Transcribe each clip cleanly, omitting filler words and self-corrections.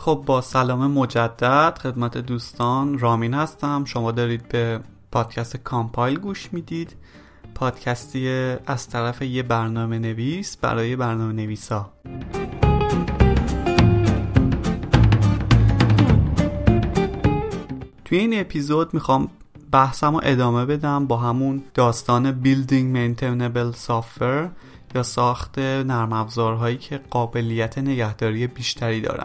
خب با سلام مجدد خدمت دوستان، رامین هستم. شما دارید به پادکست کامپایل گوش میدید، پادکستی از طرف یه برنامه نویس برای برنامه نویسا. توی این اپیزود میخوام بحثمو ادامه بدم با همون داستان Building Maintainable Software یا ساخت نرم افزارهایی که قابلیت نگهداری بیشتری دارن.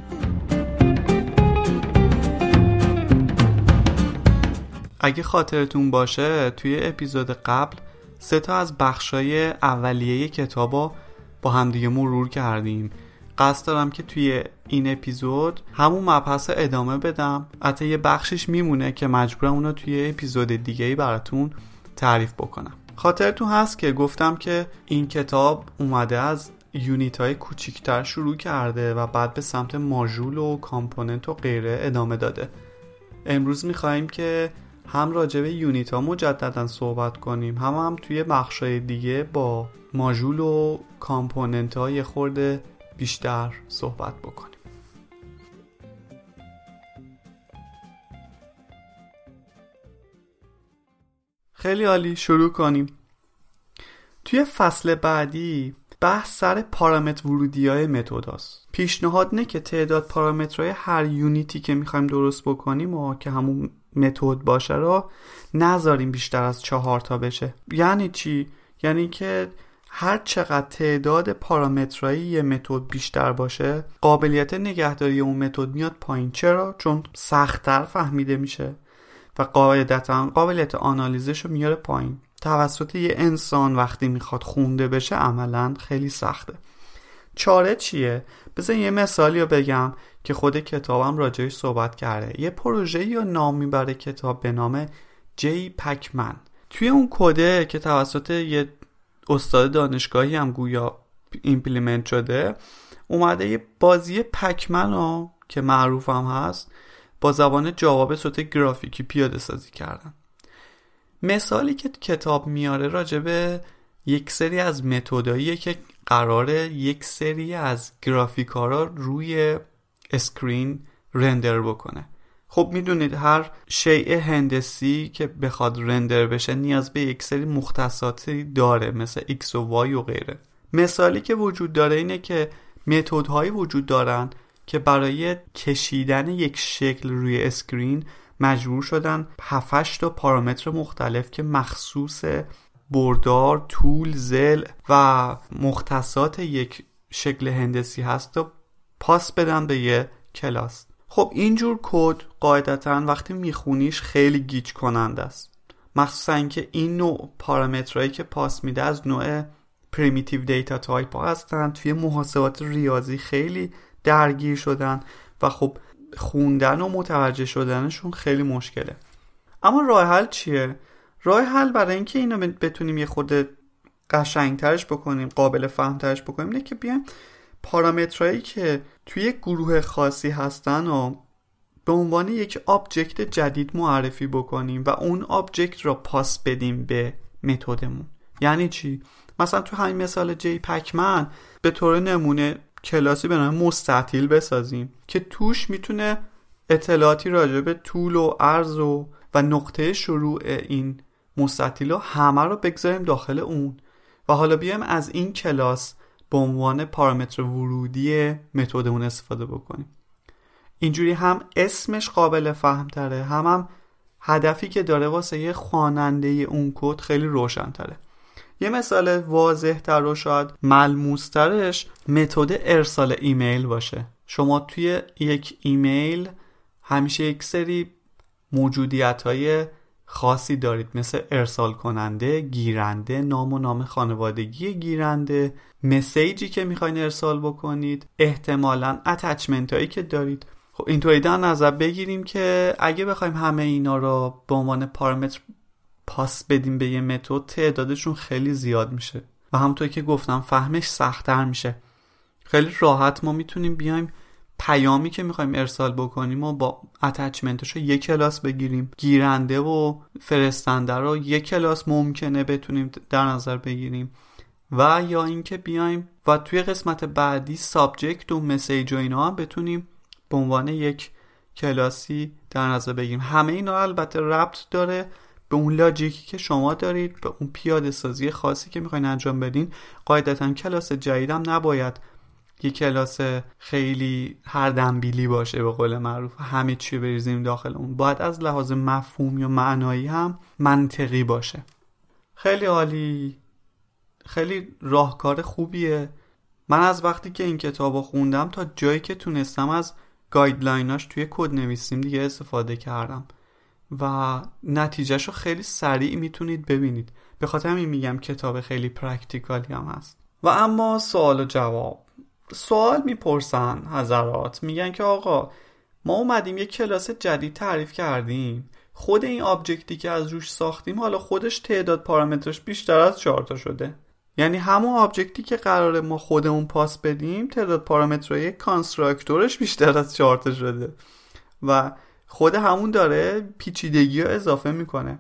اگه خاطرتون باشه توی اپیزود قبل 3 از بخشای اولیه کتابو با همدیگه مرور کردیم. قصد دارم که توی این اپیزود همون مبحث ادامه بدم. حتی یه بخشش میمونه که مجبورم اونو توی اپیزود دیگه‌ای براتون تعریف بکنم. خاطرتون هست که گفتم که این کتاب اومده از یونیت های کوچیکتر شروع کرده و بعد به سمت ماژول و کامپوننت و غیره ادامه داده. امروز میخواییم که هم راجع به یونیت ها مجددا صحبت کنیم، هم توی بخشای دیگه با ماژول و کامپوننت ها یه خورده بیشتر صحبت بکنیم. خیلی عالی، شروع کنیم. توی فصل بعدی بحث سر پارامتر ورودی های متد هست. پیشنهاد نه که تعداد پارامترهای هر یونیتی که میخوایم درست بکنیم و که همون متد باشه را نذاریم بیشتر از 4 بشه. یعنی چی؟ یعنی که هر چقدر تعداد پارامترهای یه متد بیشتر باشه، قابلیت نگهداری اون متد میاد پایین. چرا؟ چون سخت‌تر فهمیده میشه و قاعدتاً قابلیت آنالیزش رو میاره پایین. توسط یه انسان وقتی میخواد خونده بشه عملاً خیلی سخته. چاره چیه؟ بذار یه مثالی رو بگم که خود کتابم راجعش صحبت کرده. یه پروژه‌ای رو نام میبره کتاب به نام جی پکمن. توی اون کده که توسط یه استاد دانشگاهی هم گویا ایمپلیمنت شده، اومده یه بازی پکمن رو که معروف هم هست با زبان جاوا به صورت گرافیکی پیاده سازی کردن. مثالی که کتاب میاره راجبه یک سری از متداییه که قراره یک سری از گرافیک‌ها رو روی اسکرین رندر بکنه. خب میدونید هر شیء هندسی که بخواد رندر بشه نیاز به یک سری مختصاتی داره، مثل X و Y و غیره. مثالی که وجود داره اینه که متدهایی وجود دارن که برای کشیدن یک شکل روی اسکرین مجبور شدن 7-8 تا پارامتر مختلف که مخصوص بردار، طول، ضلع و مختصات یک شکل هندسی هست و پاس بدن به یه کلاس. خب اینجور کد قاعدتاً وقتی میخونیش خیلی گیج کننده است، مخصوصاً اینکه این نوع پارامترهایی که پاس میده از نوع پریمیتیو دیتا تایپ ها هستن. توی محاسبات ریاضی خیلی درگیر شدن و خب خوندن و متوجه شدنشون خیلی مشکله. اما راه حل چیه؟ راه حل برای اینکه اینو بتونیم یه خورده قشنگترش بکنیم، قابل فهمترش بکنیم، اینه که بیایم پارامترهایی که توی گروه خاصی هستن و به عنوان یک آبجکت جدید معرفی بکنیم و اون آبجکت را پاس بدیم به متدمون. یعنی چی؟ مثلا تو همین مثال جی پکمن به طور نمونه کلاسی به نام مستطیل بسازیم که توش میتونه اطلاعاتی راجع به طول و عرض و نقطه شروع این مستطیل همه رو بگذاریم داخل اون و حالا بیایم از این کلاس به عنوان پارامتر ورودی متدمون استفاده بکنیم. اینجوری هم اسمش قابل فهم تره، هم هدفی که داره واسه یه خواننده اون کد خیلی روشن تره. یه مثال واضح تر و شاید ملموس ترش متد ارسال ایمیل باشه. شما توی یک ایمیل همیشه یک سری موجودیت‌های خاصی دارید، مثل ارسال کننده، گیرنده، نام و نام خانوادگی گیرنده، مسیجی که میخواین ارسال بکنید، احتمالاً اتچمنت هایی که دارید. خب اینطوری در نظر بگیریم که اگه بخوایم همه اینا رو به عنوان پارامتر پاس بدیم به یه متد، تعدادشون خیلی زیاد میشه و همونطور که گفتم فهمش سخت‌تر میشه. خیلی راحت ما میتونیم بیایم پیامی که میخوایم ارسال بکنیم و با اتچمنتش رو یک کلاس بگیریم، گیرنده و فرستنده رو یک کلاس ممکنه بتونیم در نظر بگیریم و یا اینکه بیایم و توی قسمت بعدی سابجکت و مسیج و اینا هم بتونیم به عنوان یک کلاسی در نظر بگیریم. همه اینا البته ربط داره به اون لاجیکی که شما دارید، به اون پیاده سازی خاصی که میخواین انجام بدین. قاعدتا کلاس جدیدم نباید یک کلاس خیلی هر دنبیلی باشه به قول معروف، همه چی بریزیم داخل اون. باید از لحاظ مفهومی و معنایی هم منطقی باشه. خیلی عالی، خیلی راهکار خوبیه. من از وقتی که این کتابو خوندم تا جایی که تونستم از گایدلایناش توی کد نویسیم دیگه استفاده کردم و نتیجهشو خیلی سریع میتونید ببینید. به خاطر همین میگم کتاب خیلی پرکتیکالی هم هست. و اما سوال و جواب. سوال میپرسن حضرات، میگن که آقا ما اومدیم یک کلاس جدید تعریف کردیم، خود این آبجکتی که از روش ساختیم حالا خودش تعداد پارامترش بیشتر از 4 تا شده. یعنی همون آبجکتی که قراره ما خودمون پاس بدیم تعداد پارامترهای کانستراکتورش بیشتر از 4 تا شده و خود همون داره پیچیدگی رو اضافه میکنه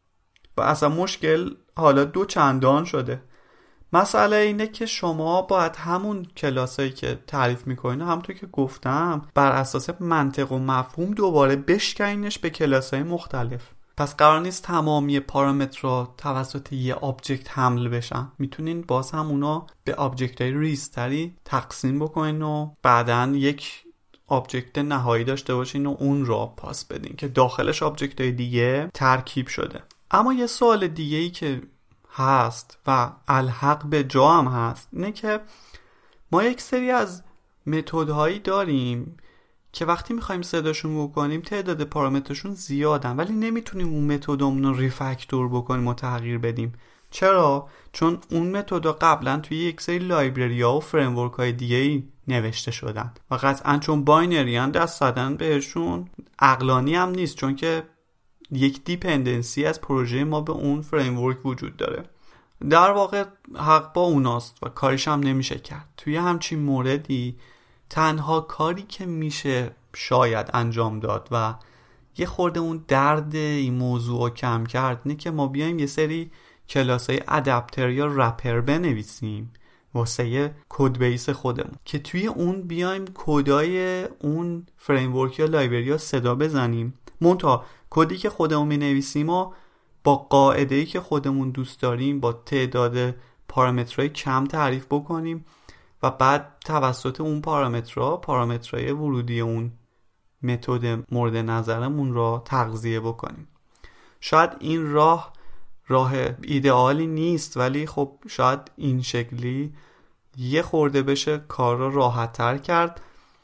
و اصلا مشکل حالا 2 چندان شده. مسئله اینه که شما باید همون کلاسایی که تعریف میکنین همونطور که گفتم بر اساس منطق و مفهوم دوباره بشکنینش به کلاسای مختلف. پس قرار نیست تمامی پارامترها توسط یه آبجکت حمل بشن. میتونین باز هم اونا به آبجکت‌های ریزتری تقسیم بکنین و بعدن یک آبجکت نهایی داشته باشین و اون را پاس بدین که داخلش آبجکت‌های دیگه ترکیب شده. اما یه سوال دیگه‌ای که هست و الحق به جا هم هست اینه که ما یک سری از متدهایی داریم که وقتی میخوایم صداشون بکنیم تعداد پارامترشون زیادن ولی نمیتونیم اون متدمون رو ریفکتور بکنیم و تغییر بدیم. چرا؟ چون اون متدا قبلا توی یک سری لایبرری‌ها و فریمورک‌های دیگه‌ای نوشته شدن و قطعاً چون باینری ان دست زدن بهشون عقلانی هم نیست، چون که یک دیپندنسی از پروژه ما به اون فریمورک وجود داره. در واقع حق با اوناست و کارش هم نمیشه کرد. توی همچین موردی تنها کاری که میشه شاید انجام داد و یه خورده اون درد این موضوع رو کم کرد اینه که ما بیایم یه سری کلاسای ادپتر یا رپر بنویسیم واسه کد بیس خودمون که توی اون بیایم کدای اون فریمورک یا لایبرری ها صدا بزنیم. منتها کدی که خودمون می-نویسیم و با قاعده‌ای که خودمون دوست داریم با تعداد پارامترهای کم تعریف بکنیم و بعد توسط اون پارامترهای ورودی اون متد مورد نظرمون را تغذیه بکنیم. شاید این راه ایدئالی نیست ولی خب شاید این شکلی یه خورده بشه کار را راحت تر کرد.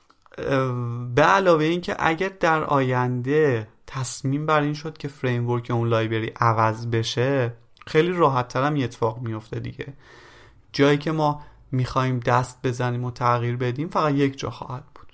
به علاوه این که اگر در آینده تصمیم بر این شد که فریمورک اون لایبرری عوض بشه خیلی راحت تر هم اتفاق میفته دیگه. جایی که ما میخوایم دست بزنیم و تغییر بدیم فقط یک جا خواهد بود.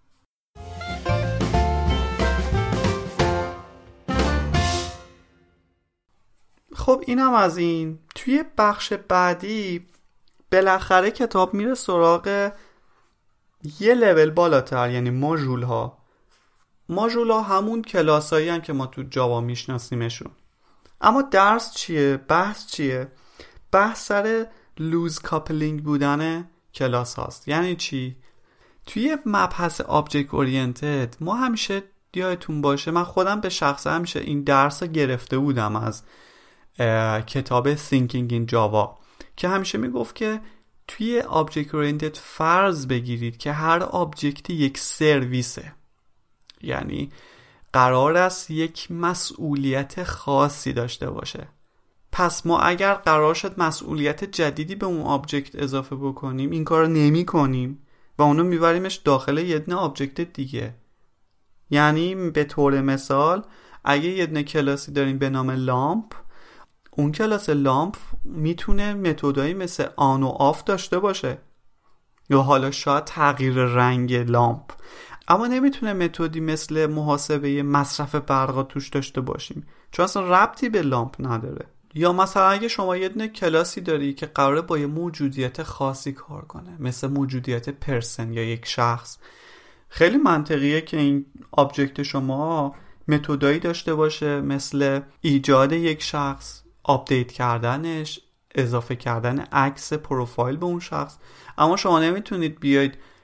خب اینم از این. توی بخش بعدی بالاخره کتاب میره سراغ یه لول بالاتر، یعنی ماژول ها همون کلاسایی هستن که ما تو جاوا میشناسیمشون. اما درس چیه؟ بحث چیه؟ بحث سر لوز کاپلینگ بودن کلاس هاست. یعنی چی؟ توی مبحث آبجکت اورینتد ما همیشه یادتون باشه من خودم به شخصه همیشه این درس رو گرفته بودم از کتاب Thinking in Java که همیشه میگفت که توی آبجکت اورینتد فرض بگیرید که هر آبجکتی یک سرویسه، یعنی قرار است یک مسئولیت خاصی داشته باشه. پس ما اگر قرار شد مسئولیت جدیدی به اون آبجکت اضافه بکنیم این کار رو نمی کنیم و اونو میبریمش داخل یه دونه آبجکت دیگه. یعنی به طور مثال اگه یه دونه کلاسی داریم به نام لامپ، اون کلاس لامپ میتونه متدایی مثل آن و آف داشته باشه یا حالا شاید تغییر رنگ لامپ، اما نمیتونه متدی مثل محاسبه مصرف برق توش داشته باشیم چون اصلا ربطی به لامپ نداره. یا مثلا اگه شما یه دونه کلاسی داری که قراره با یه موجودیت خاصی کار کنه مثل موجودیت پرسن یا یک شخص، خیلی منطقیه که این آبجکت شما متدایی داشته باشه مثل ایجاد یک شخص، آپدیت کردنش، اضافه کردن عکس پروفایل به اون شخص. اما شما نمیتونید بیاید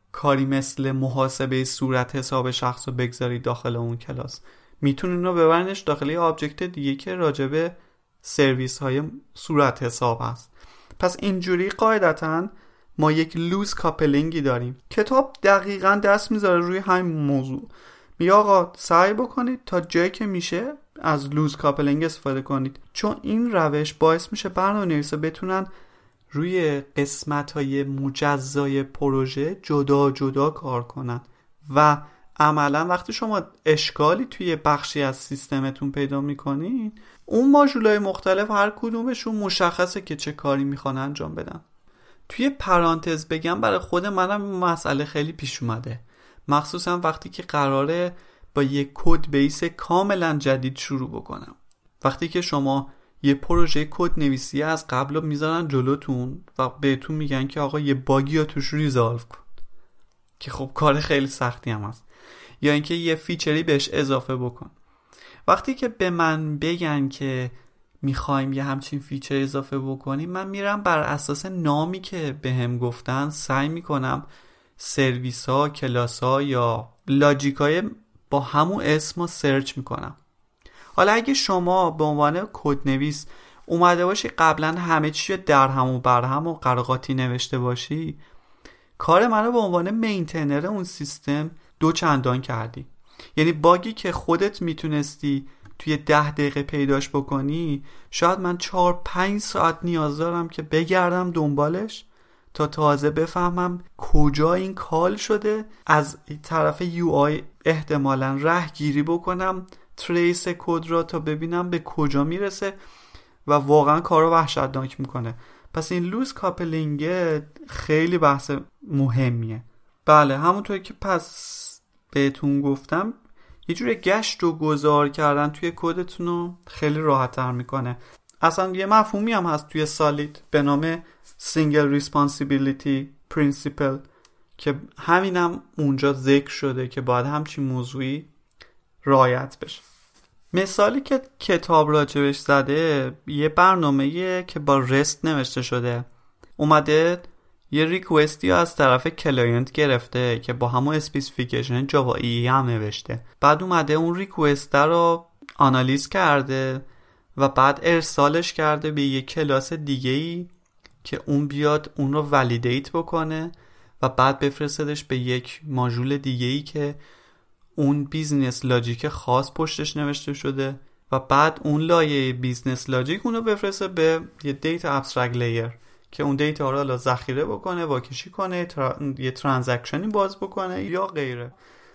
کاری مثل محاسبه صورت حساب شخص رو بگذارید داخل اون کلاس. میتونین رو ببرنش داخل یه آبجکت دیگه که راجبه سرویس های صورت حساب هست. پس اینجوری قاعدتاً ما یک لوز کاپلینگی داریم. کتاب دقیقاً دست میذاره روی همین موضوع. میگه آقا سعی بکنید تا جایی که میشه از لوز کاپلینگ استفاده کنید، چون این روش باعث میشه برنامه‌نویسا بتونن روی قسمت‌های مجزای پروژه جدا جدا کار کنن و عملا وقتی شما اشکالی توی بخشی از سیستمتون پیدا میکنین، اون ماژولای مختلف هر کدومشون مشخصه که چه کاری میخوان انجام بدن. توی پرانتز بگم برای خود منم این مسئله خیلی پیش اومده، مخصوصا وقتی که قراره با یک کد بیس کاملا جدید شروع بکنم. وقتی که شما یه پروژه کد نویسی از قبل رو میذارن جلوتون و بهتون میگن که آقا یه باگی رو توش ریزالو کن، که خب کار خیلی سختی هم هست، یا اینکه یه فیچری بهش اضافه بکن. وقتی که به من بگن که میخوایم یه همچین فیچر اضافه بکنیم، من میرم بر اساس نامی که بهم گفتن سعی میکنم سرویس ها، کلاس ها یا لاجیک های با همون اسم رو سرچ میکنم. حالا اگه شما به عنوان کدنویس اومده باشی قبلا همه چی در هم و بر هم و قراقاتی نوشته باشی، کار منو به عنوان مینتینر اون سیستم دو چندان کردی. یعنی باگی که خودت میتونستی توی 10 دقیقه پیداش بکنی، شاید من 4-5 ساعت نیاز دارم که بگردم دنبالش تا تازه بفهمم کجا این کال شده، از طرف یو آی احتمالاً ره گیری بکنم تریس کد را تا ببینم به کجا میرسه و واقعا کارو وحشتناک میکنه. پس این لوز کاپلینگ خیلی بحث مهمیه. بله، همونطور که پس بهتون گفتم یه جور گشت و گذار کردن توی کدتون رو خیلی راحت تر میکنه. اصلا یه مفهومی هم هست توی سالید به نام Single Responsibility Principle که همینم اونجا ذکر شده که باید همچین موضوعی رعایت بشه. مثالی که کتاب راجبش زده یه برنامه‌ایه که با رست نوشته شده. اومده یه ریکوستی از طرف کلاینت گرفته که با همون اسپسیفیکیشن جاوا ای هم نوشته. بعد اومده اون ریکوست رو آنالیز کرده و بعد ارسالش کرده به یه کلاس دیگه‌ای که اون بیاد اون رو ولیدیت بکنه و بعد بفرستدش به یک ماژول دیگه‌ای که اون بیزنس لاجیک خاص پشتش نوشته شده و بعد اون لایه بیزنس لاجیک اونو بفرسته به یه دیتا ابسترکت لیر که اون دیتا رو حالا ذخیره بکنه، واکشی کنه، یه ترانزکشنی باز بکنه یا غیره.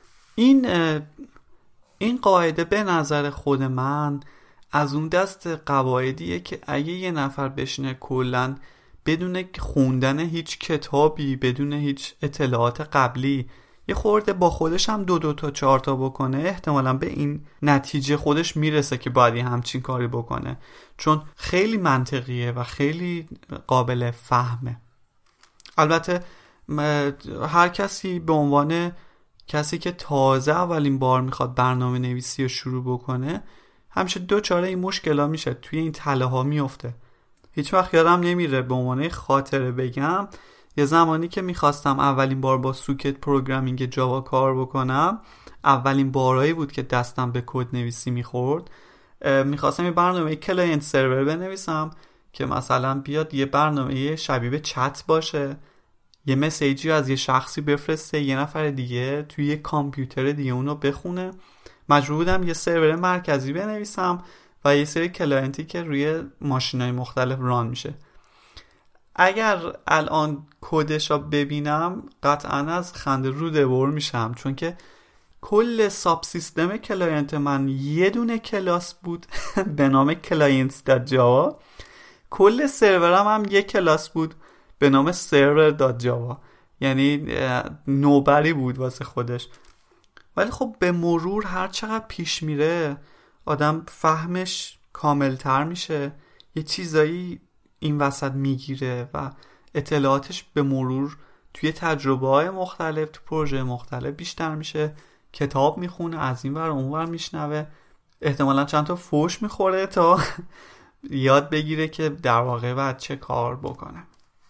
این قاعده به نظر خود من از اون دست قواعدیه که اگه یه نفر بشینه کلن بدون خوندن هیچ کتابی، بدون هیچ اطلاعات قبلی، یه خورده با خودش هم 2 تا 4 تا بکنه، احتمالاً به این نتیجه خودش میرسه که باید همچین کاری بکنه، چون خیلی منطقیه و خیلی قابل فهمه. البته هر کسی به عنوان کسی که تازه اولین بار میخواد برنامه نویسی رو شروع بکنه، همیشه دوچاره این مشکلا میشه، توی این تله ها میفته. هیچ وقت یادم نمیره به عنوان خاطره بگم یه زمانی که میخواستم اولین بار با سوکت پروگرامینگ جاوا کار بکنم، اولین بارایی بود که دستم به کد نویسی میخورد. میخواستم یه برنامه کلاینت سرور بنویسم که مثلا بیاد یه برنامه شبیه به چت باشه، یه مسیجی از یه شخصی بفرسته یه نفر دیگه توی یه کامپیوتر دیگه اونو بخونه. مجبور بودم یه سرور مرکزی بنویسم و یه سری کلاینتی که روی ماشینای مختلف ران میشه. اگر الان کدش رو ببینم قطعا از خنده روده‌بر میشم، چون که کل ساب سیستم کلاینت من یه دونه کلاس بود به نام clients.java، کل سرورم هم یه کلاس بود به نام server.java، یعنی نوبری بود واسه خودش. ولی خب به مرور هر چقدر پیش میره آدم فهمش کاملتر میشه، یه چیزایی این وسط میگیره و اطلاعاتش به مرور توی تجربه های مختلف، تو پروژه مختلف بیشتر میشه. کتاب میخونه، از این ور اون ور میشنوه، احتمالا چند تا فوش میخوره تا یاد بگیره که در واقع باید چه کار بکنه.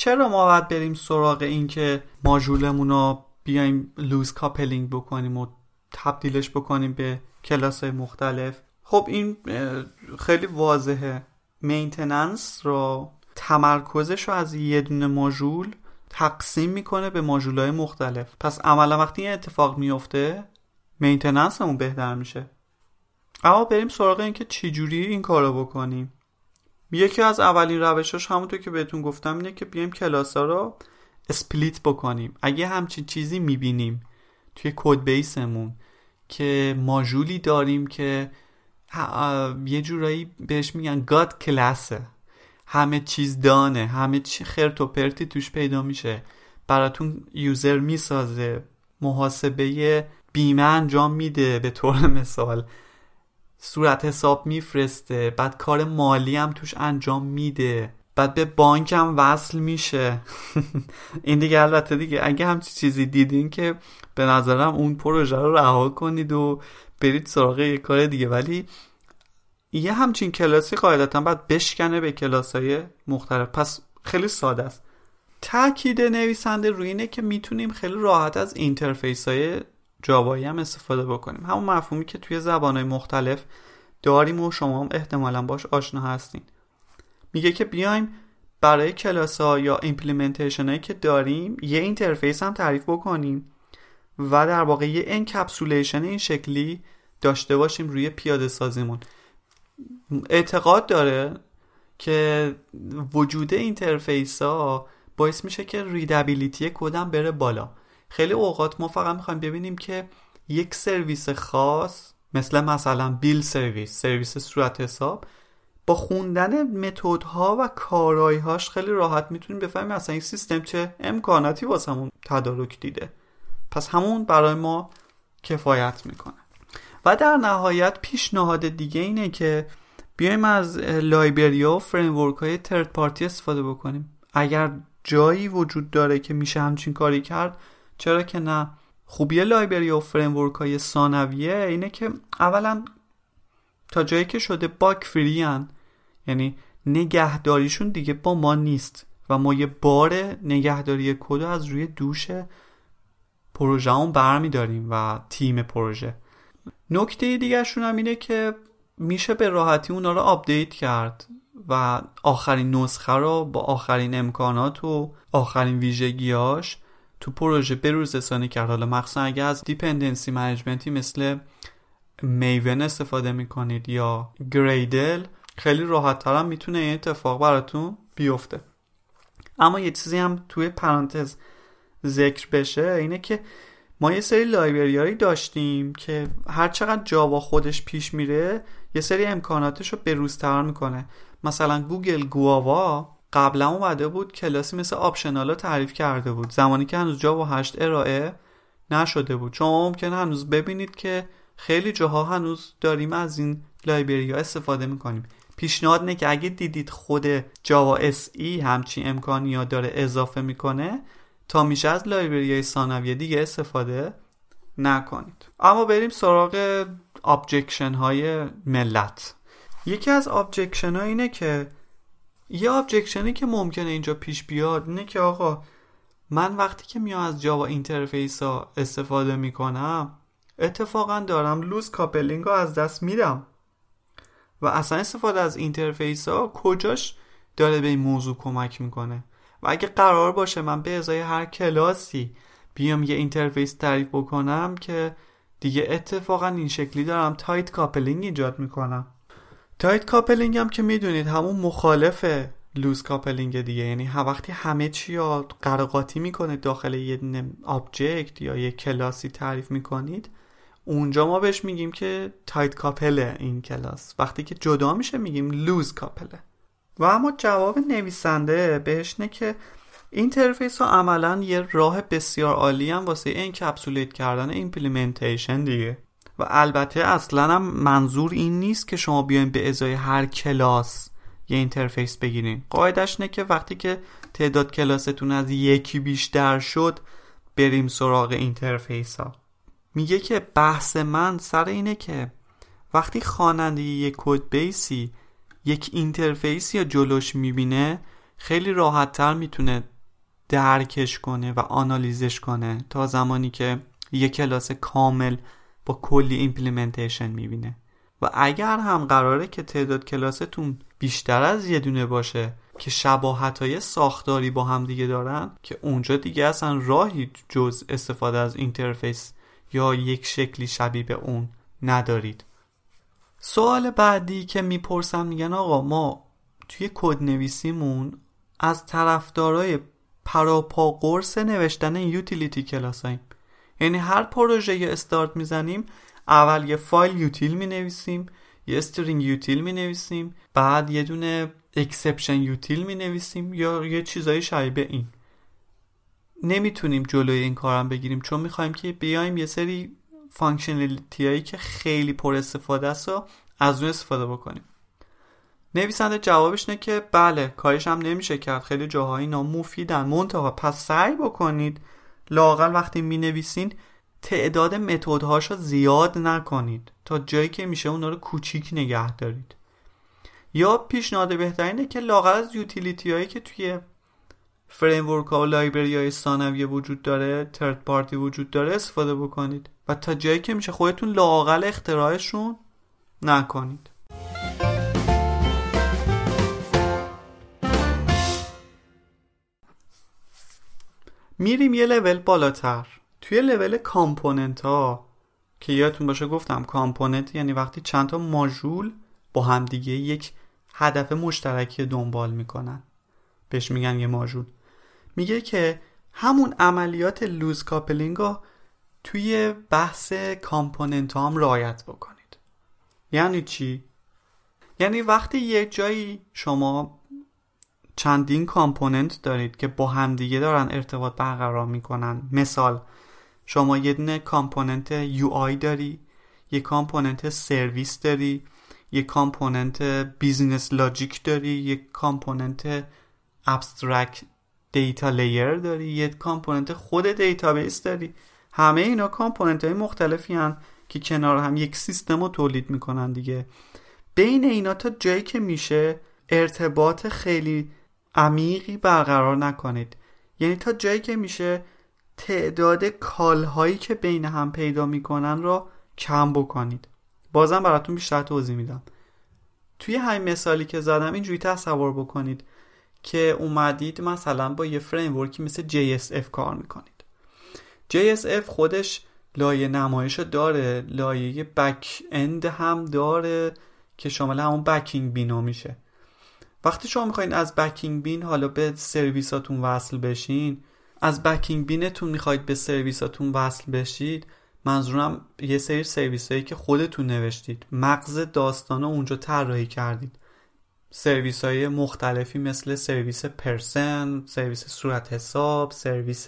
چرا ما باید بریم سراغ این که ماژولمون رو بیایم لوز کاپلینگ بکنیم و تبدیلش بکنیم به کلاس‌های مختلف؟ خب این خیلی واضحه. مینتیننس رو تمرکزش رو از یه دونه ماژول تقسیم میکنه به ماژول‌های مختلف. پس عملا وقتی این اتفاق میفته مینتیننس همون بهتر میشه. اما بریم سراغ این که چجوری این کارو بکنیم. یکی از اولین روشاش همونطور که بهتون گفتم اینه که بیایم کلاس‌ها رو اسپلیت بکنیم. اگه همچین چیزی میبینیم توی کد بیسمون که ماژولی داریم که یه جورایی بهش میگن گاد کلاسه، همه چیز دانه، همه چی خرت و پرتی توش پیدا میشه، براتون یوزر میسازه، محاسبه بیمه انجام میده، به طور مثال صورت حساب میفرسته، بعد کار مالی هم توش انجام میده، بعد به بانک هم وصل میشه. این دیگه البته دیگه اگه همچین چیزی دیدین که به نظرم اون پروژه رو رها کنید و برید سراغ یه کار دیگه. ولی یه همچین کلاسی قاعدتا باید بشکنه به کلاس‌های مختلف. پس خیلی ساده است. تاکید نویسنده روی اینه که میتونیم خیلی راحت از اینترفیس‌های جاوایی هم استفاده بکنیم، همون مفهومی که توی زبان‌های مختلف داریم و شما هم احتمالاً باش آشنا هستین. میگه که بیایم برای کلاس‌ها یا ایمپلیمنتیشن‌هایی که داریم یه اینترفیس هم تعریف بکنیم و در واقع یه انکپسولیشن این شکلی داشته باشیم روی پیاده سازیمون. اعتقاد داره که وجود اینترفیس ها باعث میشه که ریدابیلیتی کدم بره بالا. خیلی اوقات ما فقط میخوایم ببینیم که یک سرویس خاص مثلا بیل سرویس صورت حساب، با خوندن متدها و کارایی‌هاش خیلی راحت میتونیم بفهمیم مثلا این سیستم چه امکاناتی واسمون تدارک دیده. پس همون برای ما کفایت میکنه. و در نهایت پیشنهاد دیگه اینه که بیایم از لایبرری و فریمورک های ترد پارتی استفاده بکنیم. اگر جایی وجود داره که میشه همچین کاری کرد، چرا که نه. خوبی لایبرری و فریمورک های ثانویه اینه که اولا تا جایی که شده باگ فری ان، یعنی نگهداریشون دیگه با ما نیست و ما یه بار نگهداری کد از روی دوش پروژه‌مون برمی‌داریم و تیم پروژه. نکته دیگه شون هم اینه که میشه به راحتی اونا رو آپدیت کرد و آخرین نسخه رو با آخرین امکانات و آخرین ویژگیاش تو پروژه بروز رسانی کرد. حالا مخصوصا اگه از دیپندنسی منیجمنتی مثل میون استفاده میکنید یا گریدل، خیلی راحت تر هم میتونه این اتفاق براتون بیفته. اما یه چیزی هم توی پرانتز ذکر بشه اینه که ما یه سری لایبرری‌هایی داشتیم که هر چقدر جاوا خودش پیش میره یه سری امکاناتش رو بروزتر میکنه. مثلا گوگل گواوا قبلا اومده بود کلاسی مثل آپشنال رو تعریف کرده بود زمانی که هنوز جاوا 8 ارائه نشده بود. شما ممکنه هنوز ببینید که خیلی جاها هنوز داریم از این لایبرری‌ها استفاده میکنیم. پیشنهاد اینه که اگه دیدید خود جاوا اس ای همچین امکانیات داره اضافه میکنه، تا میشه از لایبرری‌های ثانویه دیگه استفاده نکنید. اما بریم سراغ ابجکشن های ملت. یکی از ابجکشن ها اینه که یه ابجکشنی که ممکنه اینجا پیش بیاد اینه که آقا من وقتی که میام از جاوا اینترفیس ها استفاده میکنم اتفاقا دارم لوز کاپلینگ رو از دست میدم و اصلا استفاده از اینترفیس ها کجاش داره به این موضوع کمک میکنه. و اگه قرار باشه من به ازای هر کلاسی بیام یه اینترفیس تعریف بکنم که دیگه اتفاقا این شکلی دارم تایت کاپلینگ ایجاد میکنم. تایت کاپلینگ هم که میدونید همون مخالف لوز کاپلینگ دیگه، یعنی وقتی همه چی رو قرقاتی میکنه داخل یه آبجکت یا یه کلاسی تعریف میکنید، اونجا ما بهش میگیم که تایت کاپله این کلاس. وقتی که جدا میشه میگیم لوز کاپله. و اما جواب نویسنده بهش نه که اینترفیس ها عملا یه راه بسیار عالی هم واسه انکپسولیت کردن ایمپلیمنتیشن دیگه. و البته اصلا هم منظور این نیست که شما بیاین به ازای هر کلاس یه اینترفیس بگیرین. قاعدش نه که وقتی که تعداد کلاستون از یکی بیشتر شد بریم سراغ اینترفیس ها. میگه که بحث من سر اینه که وقتی خواننده یک کد بیسی یک اینترفیس یا جلوش میبینه، خیلی راحت تر میتونه درکش کنه و آنالیزش کنه تا زمانی که یه کلاس کامل با کلی ایمپلیمنتیشن میبینه. و اگر هم قراره که تعداد کلاستون بیشتر از یه دونه باشه که شباهت‌های ساختاری با هم دیگه دارن، که اونجا دیگه اصلا راهی جز استفاده از اینترفیس یا یک شکلی شبیه به اون ندارید. سوال بعدی که میپرسن میگن آقا ما توی کد نویسیمون از طرفدارای پراپا قرص نوشتن یوتیلیتی کلاساییم. یعنی هر پروژه استارت میزنیم اول یه فایل یوتیل مینویسیم، یه استرینگ یوتیل مینویسیم، بعد یه دونه اکسپشن یوتیل مینویسیم یا یه چیزای شبیه این. نمیتونیم جلوی این کارم بگیریم چون میخوایم که بیایم یه سری فانکشنالیتی هایی که خیلی پر استفاده است و از اون استفاده بکنیم. نویسنده جوابش نه که بله کارش هم نمیشه کرد، خیلی جاهایی اینا مفیدن، منتها پس سعی بکنید لااقل وقتی مینویسین تعداد متدهاشو زیاد نکنید تا جایی که میشه اونا رو کوچیک نگه دارید. یا پیشنهاد بهترینه که لااقل از یوتیلیتی هایی که توی فریم ورک ها و لایبرری های ثانویه وجود داره، ترد پارتی وجود داره استفاده بکنید و تا جایی که میشه خودتون لااقل اختراعشون نکنید. میریم یه لول بالاتر. توی لول کامپوننت ها که یادتون باشه گفتم کامپوننت یعنی وقتی چند تا ماژول با هم دیگه یک هدف مشترکی دنبال میکنن بهش میگن یه ماژول. میگه که همون عملیات لوز کاپلینگ رو توی بحث کامپوننت ها هم رعایت بکنید. یعنی چی؟ یعنی وقتی یه جایی شما چندین کامپوننت دارید که با هم دیگه دارن ارتباط برقرار میکنن، مثال شما یه دونه کامپوننت یو آی داری، یه کامپوننت سرویس داری، یه کامپوننت بیزینس لاجیک داری، یه کامپوننت ابسترکت دیتا لیر داری، یه کامپوننت خود دیتابیس داری. همه اینا کامپوننت های مختلفی هن که کنار هم یک سیستم رو تولید میکنن دیگه. بین اینا تا جایی که میشه ارتباط خیلی عمیقی برقرار نکنید. یعنی تا جایی که میشه تعداد کال هایی که بین هم پیدا میکنن رو کم بکنید. بازم براتون بیشتر توضیح میدم. توی همین مثالی که زدم اینجوری تصور بکنید که اومدید مثلا با یه فریم ورکی مثل JSF کار میکنید. JSF خودش لایه نمایش داره، لایه بک اند هم داره که شامل همون بکینگ بینو میشه. وقتی شما میخواین از بکینگ بین حالا به سرویساتون وصل بشین، از بکینگ بینتون میخواید به سرویساتون وصل بشید، منظورم یه سری سرویس هایی که خودتون نوشتید، مغز داستانو اونجا طراحی کردید. سرویس های مختلفی مثل سرویس پرسن، سرویس صورت حساب، سرویس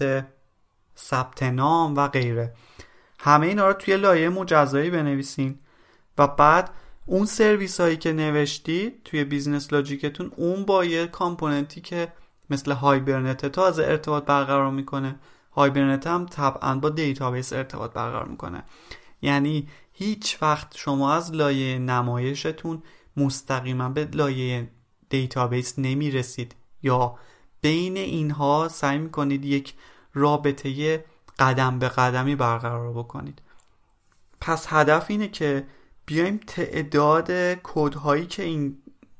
ثبت نام و غیره. همه اینا رو توی لایه مجزایی بنویسین و بعد اون سرویس هایی که نوشتید توی بیزنس لاجیکتون اون با یه کامپوننتی که مثل هایبرنت تازه ارتباط برقرار میکنه. هایبرنت هم طبعا با دیتابیس ارتباط برقرار میکنه. یعنی هیچ وقت شما از لایه نمایشتون مستقیما به لایه دیتابیس نمیرسید یا بین اینها سعی میکنید یک رابطه قدم به قدمی برقرار بکنید. پس هدف اینه که بیایم تعداد کدهایی که این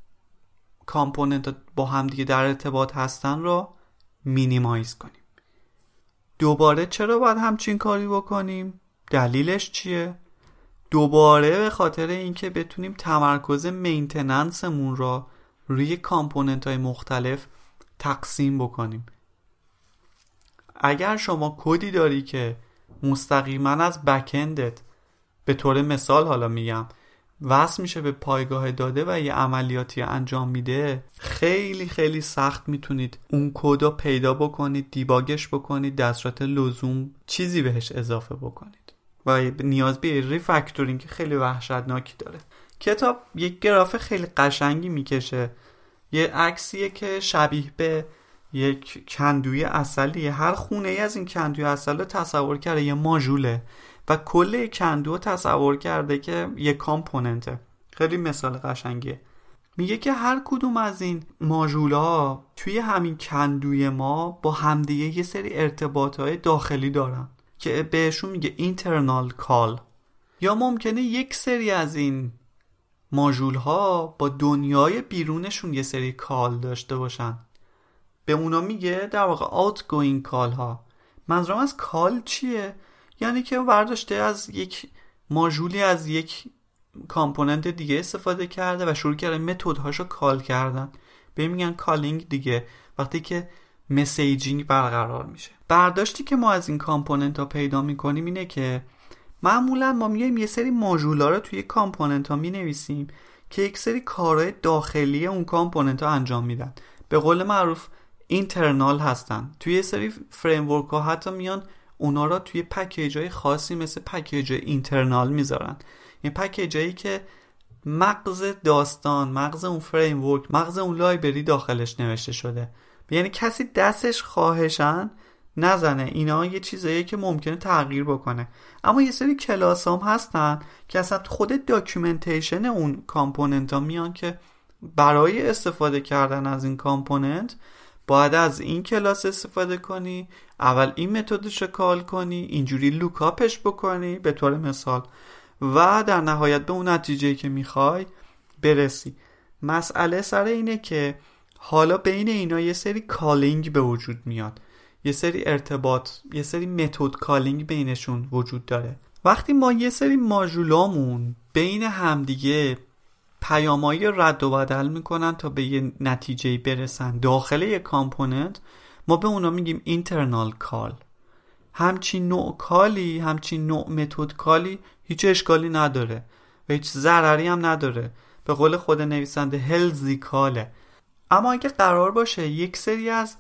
کامپوننت با هم دیگه در ارتباط هستن رو مینیمایز کنیم. دوباره چرا باید همچین کاری بکنیم؟ دلیلش چیه؟ دوباره به خاطر اینکه بتونیم تمرکز مینتیننسمون رو روی کامپوننت های مختلف تقسیم بکنیم. اگر شما کدی داری که مستقیما از بکندت به طور مثال حالا میگم وصل میشه به پایگاه داده و یه عملیاتی انجام میده، خیلی خیلی سخت میتونید اون کد رو پیدا بکنید، دیباگش بکنید، دستورات لزوم چیزی بهش اضافه بکنید و نیاز به ریفکتورینگ که خیلی وحشتناکی داره. کتاب یک گراف خیلی قشنگی میکشه، یه عکسیه که شبیه به یک کندوی عسلیه. هر خونه ای از این کندوی عسل رو تصور کرده یه ماژوله و کل کندو تصور کرده که یه کامپوننته. خیلی مثال قشنگیه. میگه که هر کدوم از این ماژول‌ها توی همین کندوی ما با همدیگه یه سری ارتباطهای داخلی دارن که بهشون میگه اینترنال کال. یا ممکنه یک سری از این ماژول‌ها با دنیای بیرونشون یه سری کال داشته باشن، به اونا میگه در واقع outgoing کال ها. منظورم از کال چیه؟ یعنی که برداشته از یک ماژولی از یک کامپوننت دیگه استفاده کرده و شروع کرده متدهاشو کال کردن، به میگن کالینگ دیگه. وقتی که مسیجینگ برقرار میشه، برداشتی که ما از این کامپوننت ها پیدا میکنیم اینه که معمولا ما میایم یه سری ماژولا رو توی کامپوننت ها مینویسیم که یک سری کارهای داخلی اون کامپوننت ها انجام میدن، به قول معروف اینترنال هستن. توی یه سری فریم ورک ها حتی میان اونا رو توی پکیج های خاصی مثل پکیج اینترنال میذارن، این پکیج هایی که مغز داستان، مغز اون فریم ورک، مغز اون لایبرری داخلش نوشته شده، یعنی کسی دستش خواهشن نزنه. اینا یه چیزاییه که ممکنه تغییر بکنه. اما یه سری کلاس هم هستن که اصلا خود داکیومنتیشن اون کامپوننت ها میان که برای استفاده کردن از این کامپوننت باید از این کلاس استفاده کنی، اول این متدش رو کال کنی، اینجوری لوکاپش بکنی به طور مثال، و در نهایت به اون نتیجه‌ای که میخوای برسی. مسئله سر اینه که حالا بین اینا یه سری کالینگ به وجود میاد، یه سری ارتباط، یه سری متد کالینگ بینشون وجود داره. وقتی ما یه سری ماژولامون بین همدیگه پیامایی رد و بدل میکنن تا به یه نتیجه‌ای برسن داخل یه کامپوننت، ما به اونا میگیم اینترنال کال. همچین نوع کالی، همچین نوع متد کالی هیچ اشکالی نداره و هیچ ضرری هم نداره، به قول خود نویسنده هلزی کاله. اما اگه قرار باشه یک سری از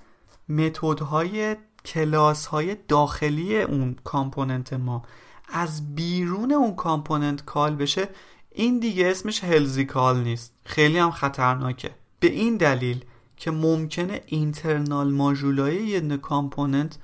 متدهای کلاس‌های داخلی اون کامپوننت ما از بیرون اون کامپوننت کال بشه، این دیگه اسمش هلزی کال نیست، خیلی هم خطرناکه. به این دلیل که ممکنه اینترنال ماژولای یه کامپوننت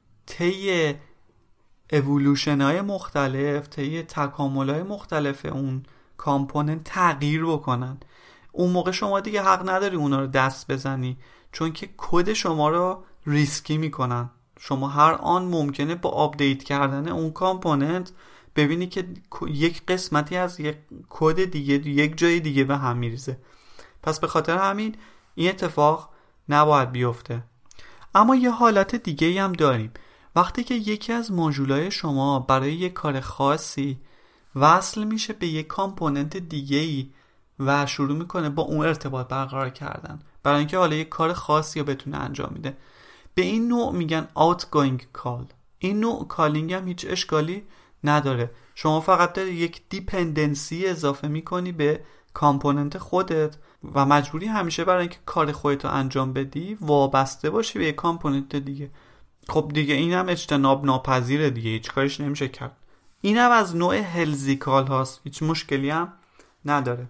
طی اِوولوشن‌های مختلف، طی تکامل‌های مختلف اون کامپوننت تغییر بکنن. اون موقع شما دیگه حق نداری اونا رو دست بزنی، چون که کد شما رو ریسکی میکنن. شما هر آن ممکنه با آپدیت کردن اون کامپوننت ببینی که یک قسمتی از یک کد دیگه یک جای دیگه به هم میریزه. پس به خاطر همین این اتفاق نباید بیفته. اما یه حالت دیگه هم داریم. وقتی که یکی از ماژولای شما برای یک کار خاصی وصل میشه به یک کامپوننت دیگه‌ای و شروع میکنه با اون ارتباط برقرار کردن برای اینکه حالا یک کار خاصی رو بتونه انجام میده، به این نوع میگن outgoing call. این نوع کالینگ هم هیچ اشکالی نداره. شما فقط داری یک دیپندنسی اضافه میکنی به کامپوننت خودت و مجبوری همیشه برای اینکه کار خودت رو انجام بدی وابسته باشی به یک کامپوننت دیگه. خب دیگه این هم اجتناب ناپذیره دیگه، هیچ کارش نمیشه کرد. این هم از نوع هلزی کال هاست، هیچ مشکلی هم نداره.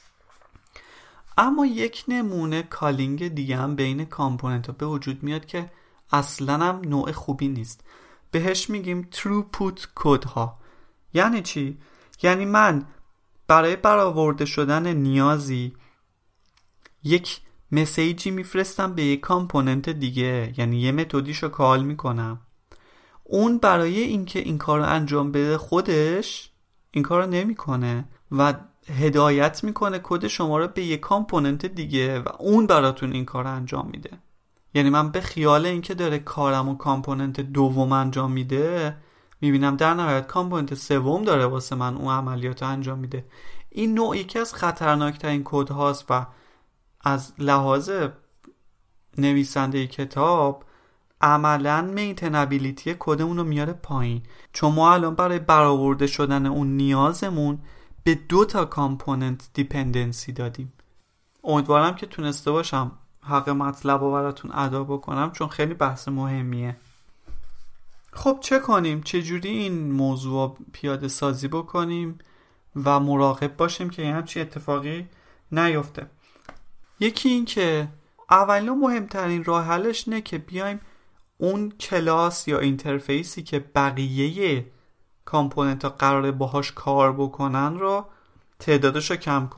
اما یک نمونه کالینگ دیگه هم بین کامپوننت ها به وجود میاد که اصلا هم نوع خوبی نیست. بهش میگیم throughput کد ها. یعنی چی؟ یعنی من برای برآورده شدن نیازی یک مسیجی میفرستم به یک کامپوننت دیگه، یعنی یه متدیشو کال میکنم. اون برای اینکه این کار رو انجام بده خودش این کار رو نمیکنه و هدایت میکنه کد شما رو به یک کامپوننت دیگه و اون براتون این کار رو انجام میده. یعنی من به خیال اینکه داره کارم و کامپوننت دوم انجام میده میبینم در نهایت کامپوننت سوم داره واسه من اون عملیات رو انجام میده. این نوع یکی از خطرناکترین کد هاست و از لحاظ نویسنده کتاب عملاً مینتینبیلیتی کدمون رو میاره پایین، چون ما الان برای برآورده شدن اون نیازمون به 2 تا کامپوننت دیپندنسی دادیم. امیدوارم که تونسته باشم حق مطلب رو براتون ادا بکنم، چون خیلی بحث مهمیه. خب چه کنیم؟ چجوری این موضوع پیاده سازی بکنیم و مراقب باشیم که این همچین اتفاقی نیفته؟ یکی این که اولین و مهمترین راه حلش اینه که بیایم اون کلاس یا اینترفیسی که بقیه کامپوننت ها قراره باهاش کار بکنن رو تعدادش رو کم کنیم.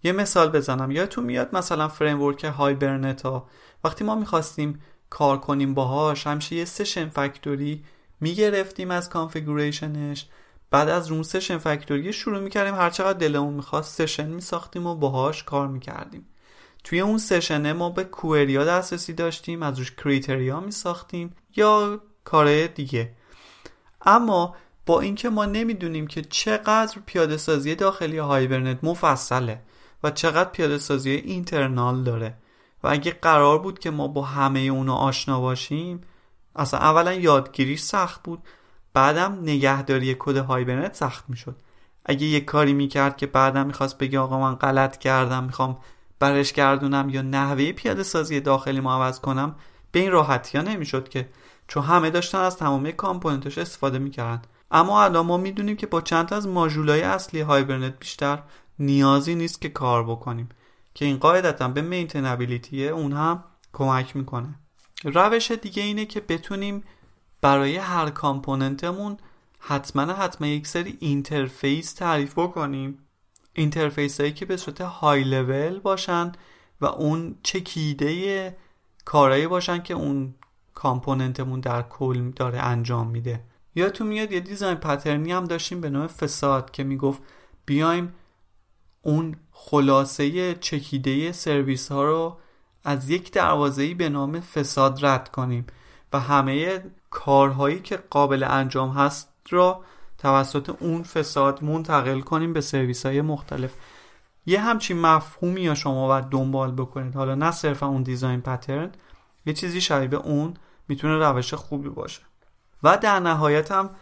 یه مثال بزنم، یادتون میاد مثلا فریمورک هایبرنت ها وقتی ما میخواستیم کار کنیم باهاش همیشه یه سشن فکتوری میگرفتیم از کانفیگوریشنش، بعد از اون سشن فکتوری شروع میکردیم هر چقدر دلمون میخواست سشن میساختیم و باهاش کار میکردیم. توی اون سشنه ما به کوئریا دسترسی داشتیم، از روش کریتریا میساختیم یا کارهای دیگه. اما با اینکه ما نمیدونیم که چقدر پیاده سازی داخلی هایبرنت مفصله و چقدر پیاده سازی اینترنال داره و اگه قرار بود که ما با همه اونا آشنا باشیم، اصلا اولا یادگیریش سخت بود، بعدم نگهداری کد هایبرنت سخت میشد. اگه یه کاری میکرد که بعدم میخواست بگه آقا من غلط کردم میخوام برش گردونم یا نحوه پیاده سازی داخلی ما عوض کنم، به این راحتی ها نمیشد که، چون همه داشتن از تمامی کامپوننتاش استفاده میکردن. اما الان ما میدونیم که با چند تا از ماژولای اصلی هایبرنت بیشتر نیازی نیست که کار بکنیم که این قاعدتا به مینتینبیلیتی اون هم کمک میکنه. روش دیگه اینه که بتونیم برای هر کامپوننتمون حتما یک سری اینترفیس تعریف بکنیم، اینترفیس هایی که به صورت های لول باشن و اون چکیده کارهایی باشن که اون کامپوننتمون در کل داره انجام میده. یادتون میاد یه دیزاین پترنی هم داشتیم به نام فساد که میگفت بیایم اون خلاصه چکیده سرویس ها رو از یک دروازه‌ای به نام فساد رد کنیم و همه کارهایی که قابل انجام هست را توسط اون فساد منتقل کنیم به سرویس های مختلف. یه همچین مفهومی یا شما باید دنبال بکنید، حالا نه صرفا اون دیزاین پترن، یه چیزی شبیه اون میتونه روش خوبی باشه. و در نهایت هم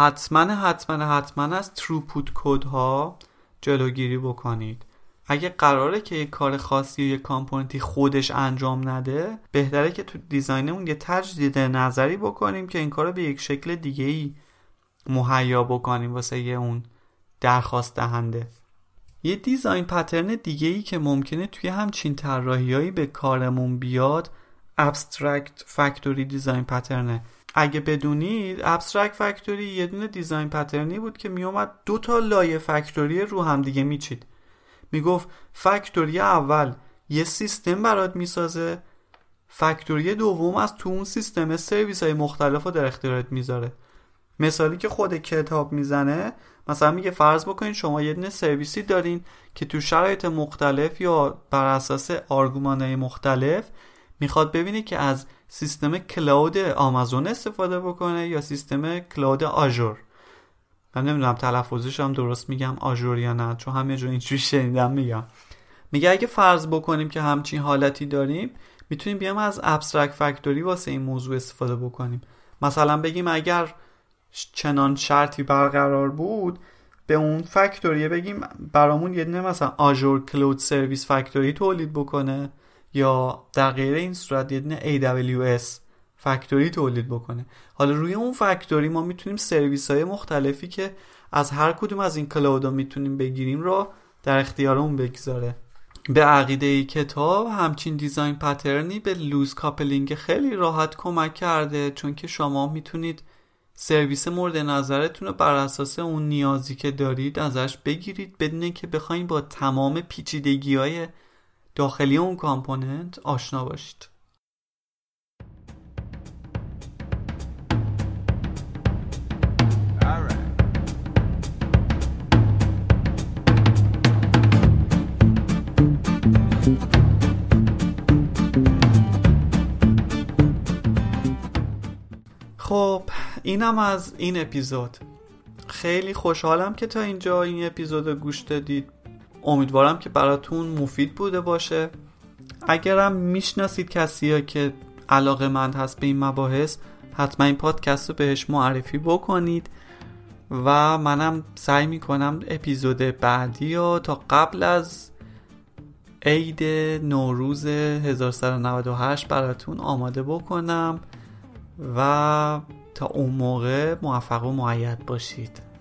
حتما از تروپوت کد ها جلوگیری بکنید. اگه قراره که یک کار خاصی یا یک کامپوننتی خودش انجام نده، بهتره که تو دیزاینمون یه تجدید نظری بکنیم که این کارو به یک شکل دیگه‌ای مهیا بکنیم واسه اون درخواست دهنده. یه دیزاین پترن دیگه‌ای که ممکنه توی همچین طراحیایی به کارمون بیاد ابسترکت فکتوری دیزاین پترنه. اگه بدونید ابسترکت فکتوری یه دونه دیزاین پترنی بود که میومد 2 تا لایه فکتوری رو هم دیگه میچید. میگفت فکتوری اول یه سیستم برات میسازه، فکتوری دوم از تو اون سیستم سرویس های مختلف رو در اختیارت میذاره. مثالی که خود کتاب میزنه مثلا میگه فرض بکنید شما یه دونه سرویسی دارین که تو شرایط مختلف یا بر اساس آرگومان‌های مختلف میخواد ببینه که از سیستم کلاود آمازون استفاده بکنه یا سیستم کلاود آژور. من نمیدونم تلفظش هم درست میگم آژور یا نه، چون همه جا اینجوری شنیدم میگم. میگه اگه فرض بکنیم که همچین حالتی داریم میتونیم بیام از ابسترکت فکتوری واسه این موضوع استفاده بکنیم. مثلا بگیم اگر چنان شرطی برقرار بود به اون فکتوریه بگیم برامون یه دونه مثلا آژور کلاود سرویس فکتوری تولید بکنه یا در غیر این صورت یه دونه AWS فکتوری تولید بکنه. حالا روی اون فکتوری ما میتونیم سرویس های مختلفی که از هر کدوم از این کلاود ها میتونیم بگیریم رو در اختیارمون بگذاره. به عقیده کتاب همچین دیزاین پترنی به لوز کاپلینگ خیلی راحت کمک کرده، چون که شما میتونید سرویس مورد نظرتون رو بر اساس اون نیازی که دارید ازش بگیرید بدون که بخواید با تمام پیچیدگی‌های داخلی اون کامپوننت آشنا باشید. خب اینم از این اپیزود. خیلی خوشحالم که تا اینجا این اپیزود رو گوش دادید. امیدوارم که براتون مفید بوده باشه. اگرم میشناسید کسی که علاقه‌مند هست به این مباحث، حتما این پادکست رو بهش معرفی بکنید و منم سعی میکنم اپیزود بعدی رو تا قبل از عید نوروز 1398 براتون آماده بکنم و تا اون موقع موفق و مؤید باشید.